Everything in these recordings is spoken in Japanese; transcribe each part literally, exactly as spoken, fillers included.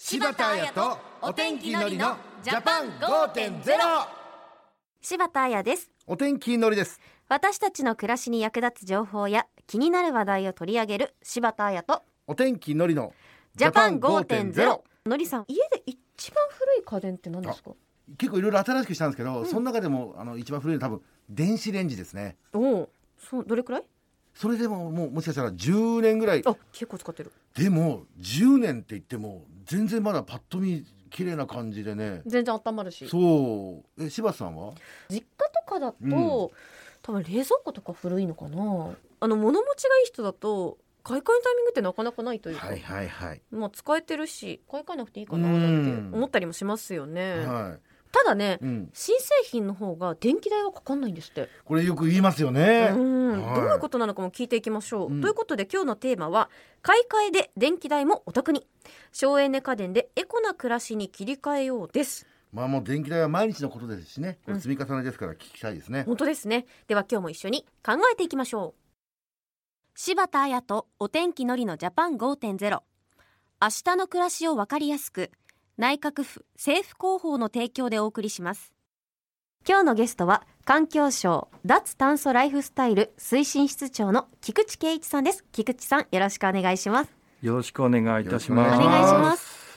柴田彩とお天気のりのジャパン ごてんゼロ。 柴田彩です。 お天気のりです。 私たちの暮らしに役立つ情報や気になる話題を取り上げる柴田彩とお天気のりのジャパン ごてんゼロ。 のりさん、家で一番古い家電って何ですか？ 結構いろいろ新しくしたんですけど、うん、その中でもあの一番古いのは多分電子レンジですね。 おお、そう、どれくらい？ それでももうもしかしたらじゅうねんぐらい。 あ、結構使ってる。 でもじゅうねんって言っても全然まだパッと見綺麗な感じでね。 全然温まるし。 そう。え、柴田さんは？ 実家とかだと、うん、多分冷蔵庫とか古いのかな。あの物持ちがいい人だと買い替えのタイミングってなかなかないというか、 はいはいはい、 まあ、使えてるし買い替えなくていいかななんて思ったりもしますよね、はい、ただね、うん、新製品の方が電気代はかかんないんですって。 これよく言いますよね。 うん、はい、どういうことなのかも聞いていきましょう、うん、ということで今日のテーマは買い替えで電気代もお得に、省エネ家電でエコな暮らしに切り替えようです。 まあもう電気代は毎日のことですしね、これ積み重ねですから聞きたいですね、 うん、本当ですね。では今日も一緒に考えていきましょう。柴田彩とお天気のりのジャパン ごてんゼロ。 明日の暮らしをわかりやすく、内閣府政府広報の提供でお送りします。今日のゲストは環境省脱炭素ライフスタイル推進室長の菊池圭一さんです。菊池さん、よろしくお願いします。 よろしくお願いいたします。 お願いします。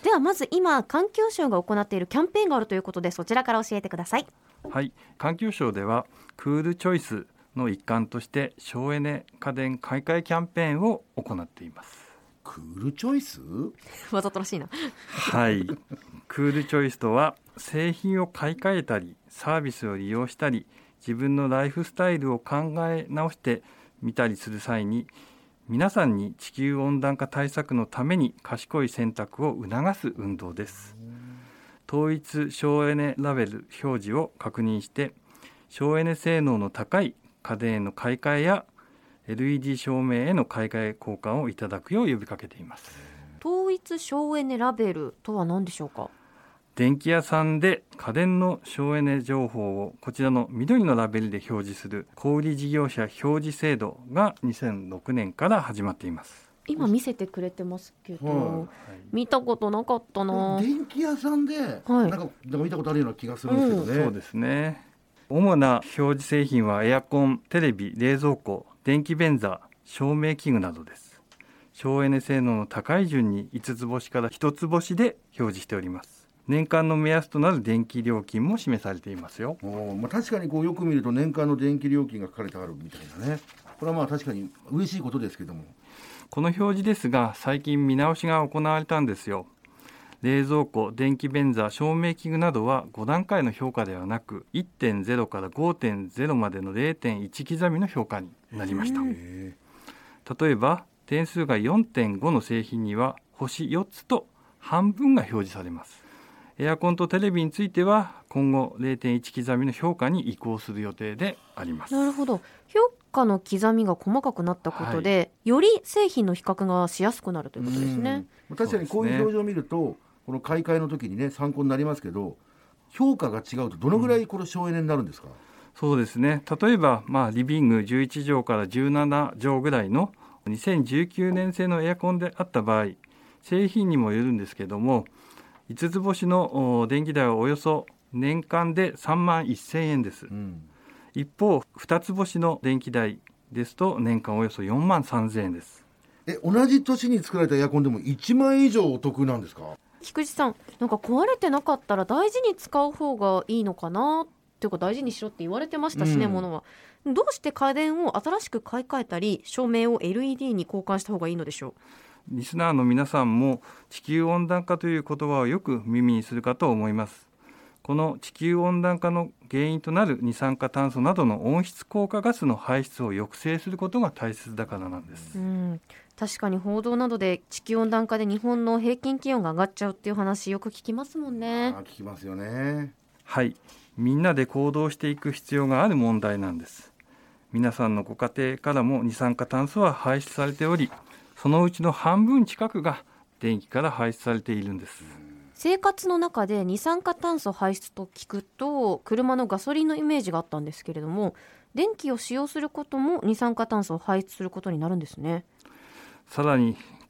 ではまず今環境省が行っているキャンペーンがあるということで、そちらから教えてください。 はい、環境省ではクールチョイスの一環として省エネ家電買い替えキャンペーンを行っています。 クールチョイス？ わざとらしいな。 はい、クールチョイスとは製品を買い替えたりサービスを利用したり自分のライフスタイルを考え直してみたりする際に、皆さんに地球温暖化対策のために賢い選択を促す運動です。統一省エネラベル表示を確認して省エネ性能の高い家電への買い替えや エルイーディー 照明への買い替え交換をいただくよう呼びかけています。 統一省エネラベルとは何でしょうか？ 電気屋さんで家電の省エネ情報をこちらの緑のラベルで表示する小売事業者表示制度がにせんろくねんから始まっています。 今見せてくれてますけど、はい、見たことなかったな。 電気屋さんで、はい、なんか、なんか見たことあるような気がするんですけどね、 うん、そうですね。主な表示製品はエアコン、テレビ、冷蔵庫、電気便座、照明器具などです。省エネ性能の高い順にいつつ星からひとつ星で表示しております。年間の目安となる電気料金も示されていますよ。 お、まあ、確かにこうよく見ると年間の電気料金が書かれてあるみたいなね。これはまあ確かに嬉しいことですけども、 この表示ですが最近見直しが行われたんですよ。冷蔵庫、電気便座、照明器具などはご段階の評価ではなく いってんゼロ から ごてんゼロ までの れいてんいち 刻みの評価になりました。例えば点数が よんてんご の製品には星よっつと半分が表示されます。エアコンとテレビについては今後 れいてんいち 刻みの評価に移行する予定であります。 なるほど。評価の刻みが細かくなったことで、はい、より製品の比較がしやすくなるということですね。 確かにこういう表示を見るとこの買い替えの時にね参考になりますけど、評価が違うとどのぐらいこの省エネになるんですか？うん、 そうですね。例えば、まあ、リビングじゅういちじょうからじゅうななじょうぐらいのにせんじゅうきゅうねん製のエアコンであった場合、製品にもよるんですけどもいつつ星の電気代はおよそ年間でさんまんせんえんです。うん、一方ふたつ星の電気代ですと年間およそよんまんさんぜんえんです。 え、同じ年に作られたエアコンでもいちまんえん以上お得なんですか？ 菊池さん、なんか壊れてなかったら大事に使う方がいいのかなっていうか、大事にしろって言われてましたしね、うん、ものは。どうして家電を新しく買い替えたり照明を エルイーディー に交換した方がいいのでしょう？ リスナーの皆さんも地球温暖化という言葉をよく耳にするかと思います。この地球温暖化の原因となる二酸化炭素などの温室効果ガスの排出を抑制することが大切だからなんです。 うん、確かに報道などで地球温暖化で日本の平均気温が上がっちゃうっていう話よく聞きますもんね。 あ、聞きますよね。 はい、みんなで行動していく必要がある問題なんです。皆さんのご家庭からも二酸化炭素は排出されており、そのうちの半分近くが電気から排出されているんです。 生活の中で二酸化炭素排出と聞くと車のガソリンのイメージがあったんですけれども、電気を使用することも二酸化炭素を排出することになるんですね。 さらに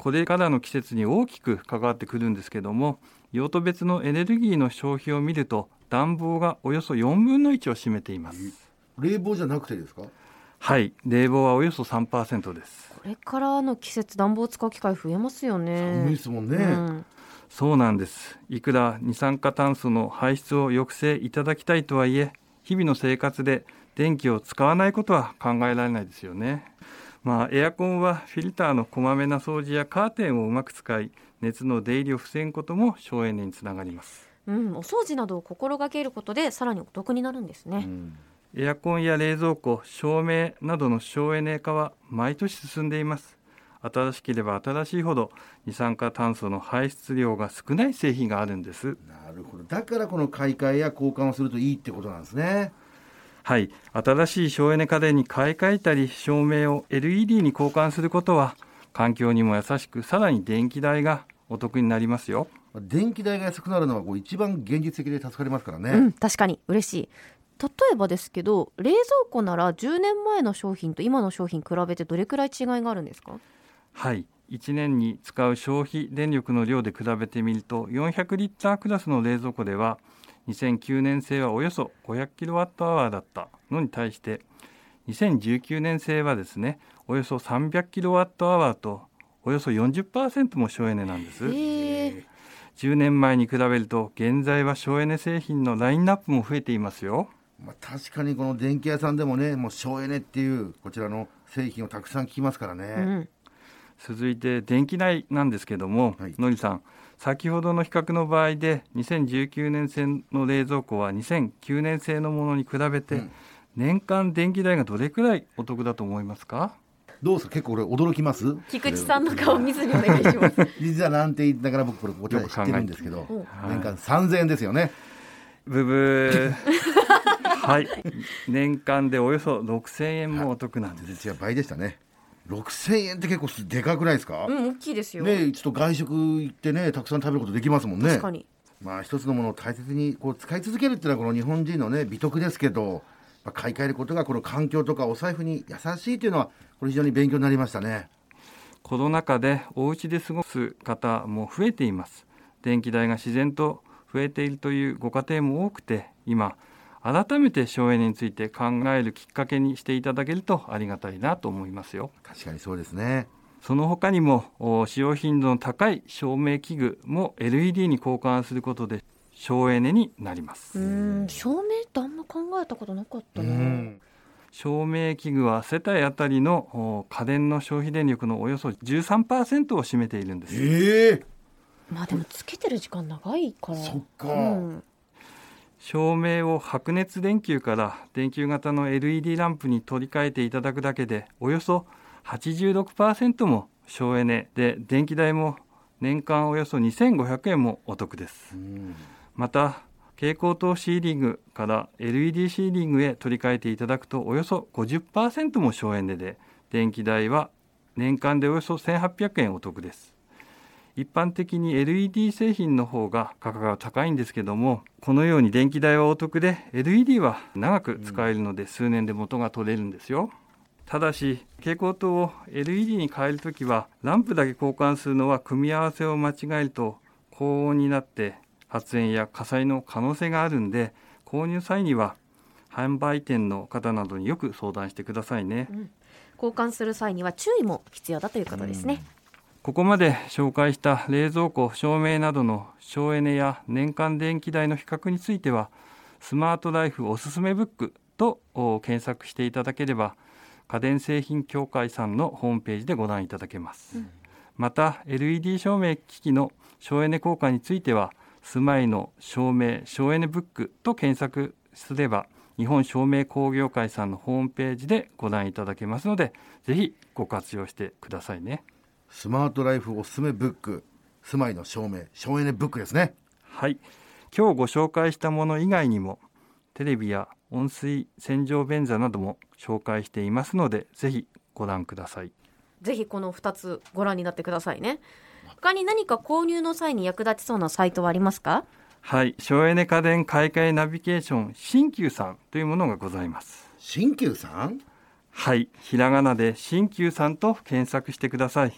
これからの季節に大きく関わってくるんですけども、用途別のエネルギーの消費を見ると暖房がおよそよんぶんのいちを占めています。 冷房じゃなくてですか？ はい、冷房はおよそ さんパーセント です。 これからの季節暖房を使う機会増えますよね。 寒いですもんね、 うん、 そうなんです。いくら二酸化炭素の排出を抑制いただきたいとはいえ、日々の生活で電気を使わないことは考えられないですよね。まあ、エアコンはフィルターのこまめな掃除やカーテンをうまく使い、熱の出入りを防ぐことも省エネにつながります。 うん、お掃除などを心がけることでさらにお得になるんですね、うん、 エアコンや冷蔵庫、照明などの省エネ化は毎年進んでいます。新しければ新しいほど二酸化炭素の排出量が少ない製品があるんです。 なるほど。だからこの買い替えや交換をするといいってことなんですね。 はい、新しい省エネ家電に買い替えたり、照明を エルイーディー に交換することは環境にも優しく、さらに電気代がお得になりますよ。 電気代が安くなるのはこう一番現実的で助かりますからね、 うん、確かに嬉しい。例えばですけど、冷蔵庫ならじゅうねんまえの商品と今の商品比べてどれくらい違いがあるんですか？ はい、いちねんに使う消費電力の量で比べてみると、よんひゃくリッタークラスの冷蔵庫ではにせんきゅうねん製はおよそ ごひゃくキロワットアワーだったのに対して、にせんじゅうきゅうねん製はですね、およそさんびゃくキロワットアワーとおよそ よんじゅっパーセント も省エネなんです。 へー。 じゅうねんまえに比べると現在は省エネ製品のラインナップも増えていますよ。 まあ、確かにこの電気屋さんでもね、もう省エネっていうこちらの製品をたくさん聞きますからね、うん、 続いて電気代なんですけども、はい、のりさん、先ほどの比較の場合でにせんじゅうきゅうねん製の冷蔵庫はにせんきゅうねん製のものに比べて、うん、年間電気代がどれくらいお得だと思いますか？ どうですか？結構これ驚きます？ 菊池さんの顔見ずにお願いします実はなんて言いながら僕これお答え知ってるんですけど、年間さんぜんえんですよね。 ブブーはい、年間でおよそろくせんえんもお得なんです。 実は倍でしたね。ろくせんえんって結構でかくないですか？ うん、大きいですよね。ちょっと外食行ってね、たくさん食べることできますもんね。 確かに。 まあ一つのものを大切にこう使い続けるっていうのはこの日本人のね美徳ですけど、まあ、買い替えることがこの環境とかお財布に優しいというのはこれ非常に勉強になりましたね。 コロナ禍でお家で過ごす方も増えています。電気代が自然と増えているというご家庭も多くて、今改めて省エネについて考えるきっかけにしていただけるとありがたいなと思いますよ。 確かにそうですね。 その他にも使用頻度の高い照明器具も エルイーディー に交換することで省エネになります。 うーん、照明ってあんま考えたことなかったな。うん、 照明器具は世帯あたりの家電の消費電力のおよそ じゅうさんパーセント を占めているんです。 えー、 まあでもつけてる時間長いから。 そっか、 うん、 照明を白熱電球から電球型の エルイーディー ランプに取り替えていただくだけでおよそ はちじゅうろくパーセント も省エネで、電気代も年間およそにせんごひゃくえんもお得です。うん、また蛍光灯シーリングから エルイーディー シーリングへ取り替えていただくとおよそ ごじゅっパーセント も省エネで、電気代は年間でおよそせんはっぴゃくえんお得です。一般的に エルイーディー 製品の方が価格が高いんですけども、このように電気代はお得で エルイーディー は長く使えるので数年で元が取れるんですよ。ただし蛍光灯を エルイーディー に変えるときはランプだけ交換するのは組み合わせを間違えると高温になって発煙や火災の可能性があるんで、購入際には販売店の方などによく相談してくださいね。うん、 交換する際には注意も必要だということですね。うん、 ここまで紹介した冷蔵庫、照明などの省エネや年間電気代の比較については、スマートライフおすすめブックと検索していただければ、家電製品協会さんのホームページでご覧いただけます。うん、また エルイーディー 照明機器の省エネ効果については、スマイの照明省エネブックと検索すれば、日本照明工業会さんのホームページでご覧いただけますので、ぜひご活用してくださいね。 スマートライフおすすめブック、スマイの照明省エネブックですね。 はい、今日ご紹介したもの以外にもテレビや温水洗浄便座なども紹介していますので、ぜひご覧ください。 ぜひこのふたつご覧になってくださいね。他に何か購入の際に役立ちそうなサイトはありますか？ はい、省エネ家電買い替えナビゲーション新旧さんというものがございます。 新旧さん？ はい、ひらがなで新旧さんと検索してください。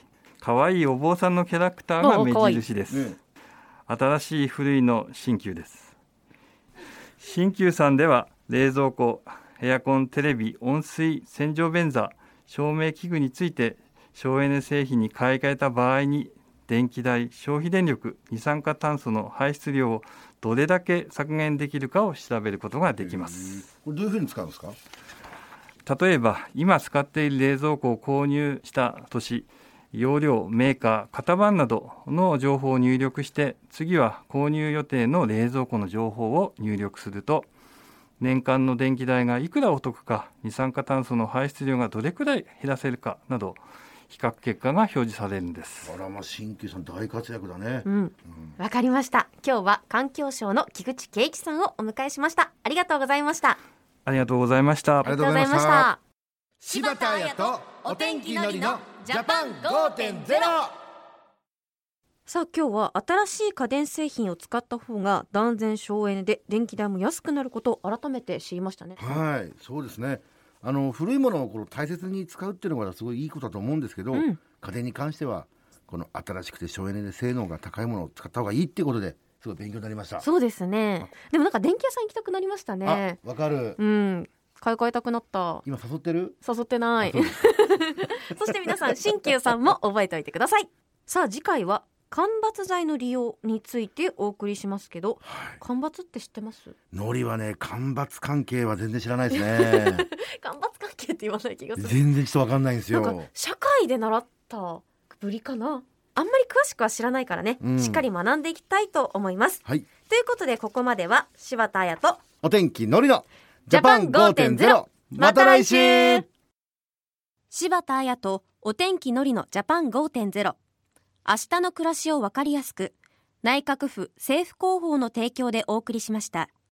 かわいいお坊さんのキャラクターが目印です。 ね、 新しい古いの新旧です。新旧さんでは冷蔵庫、エアコン、テレビ、温水、洗浄便座、照明器具について省エネ製品に買い替えた場合に電気代、消費電力、二酸化炭素の排出量をどれだけ削減できるかを調べることができます。 これどういうふうに使うんですか？ 例えば今使っている冷蔵庫を購入した年、容量、メーカー、型番などの情報を入力して、次は購入予定の冷蔵庫の情報を入力すると、年間の電気代がいくらお得か、二酸化炭素の排出量がどれくらい減らせるかなど比較結果が表示されるんです。 あら、まあ新旧さん大活躍だね。 うん、わかりました。今日は環境省の木口圭一さんをお迎えしました。ありがとうございました。 ありがとうございました。 ありがとうございました。 柴田彩とお天気のりのジャパン ごてんゼロ。 さあ今日は新しい家電製品を使った方が断然省エネで電気代も安くなることを改めて知りましたね。 はい、そうですね。あの古いものをこの大切に使うっていうのがすごいいいことだと思うんですけど、うん、家電に関してはこの新しくて省エネで性能が高いものを使った方がいいっていうことですごい勉強になりました。 そうですね。でもなんか電気屋さん行きたくなりましたね。 あ、わかる。 うん、買い替えたくなった。 今誘ってる？ 誘ってない。そして皆さん新旧さんも覚えておいてください。さあ次回は間伐材の利用についてお送りしますけど、はい、間伐って知ってます？ のりはね、間伐関係は全然知らないですね。 間伐関係って言わない気がする。 全然ちょっと分かんないんですよ。 なんか社会で習ったぶりかな。あんまり詳しくは知らないからね、うん、しっかり学んでいきたいと思います、はい、ということでここまでは柴田彩とお天気のりのジャパン ごてんゼロ。 また来週。 柴田彩とお天気のりのジャパン ごてんゼロ。 明日の暮らしをわかりやすく、内閣府政府広報の提供でお送りしました。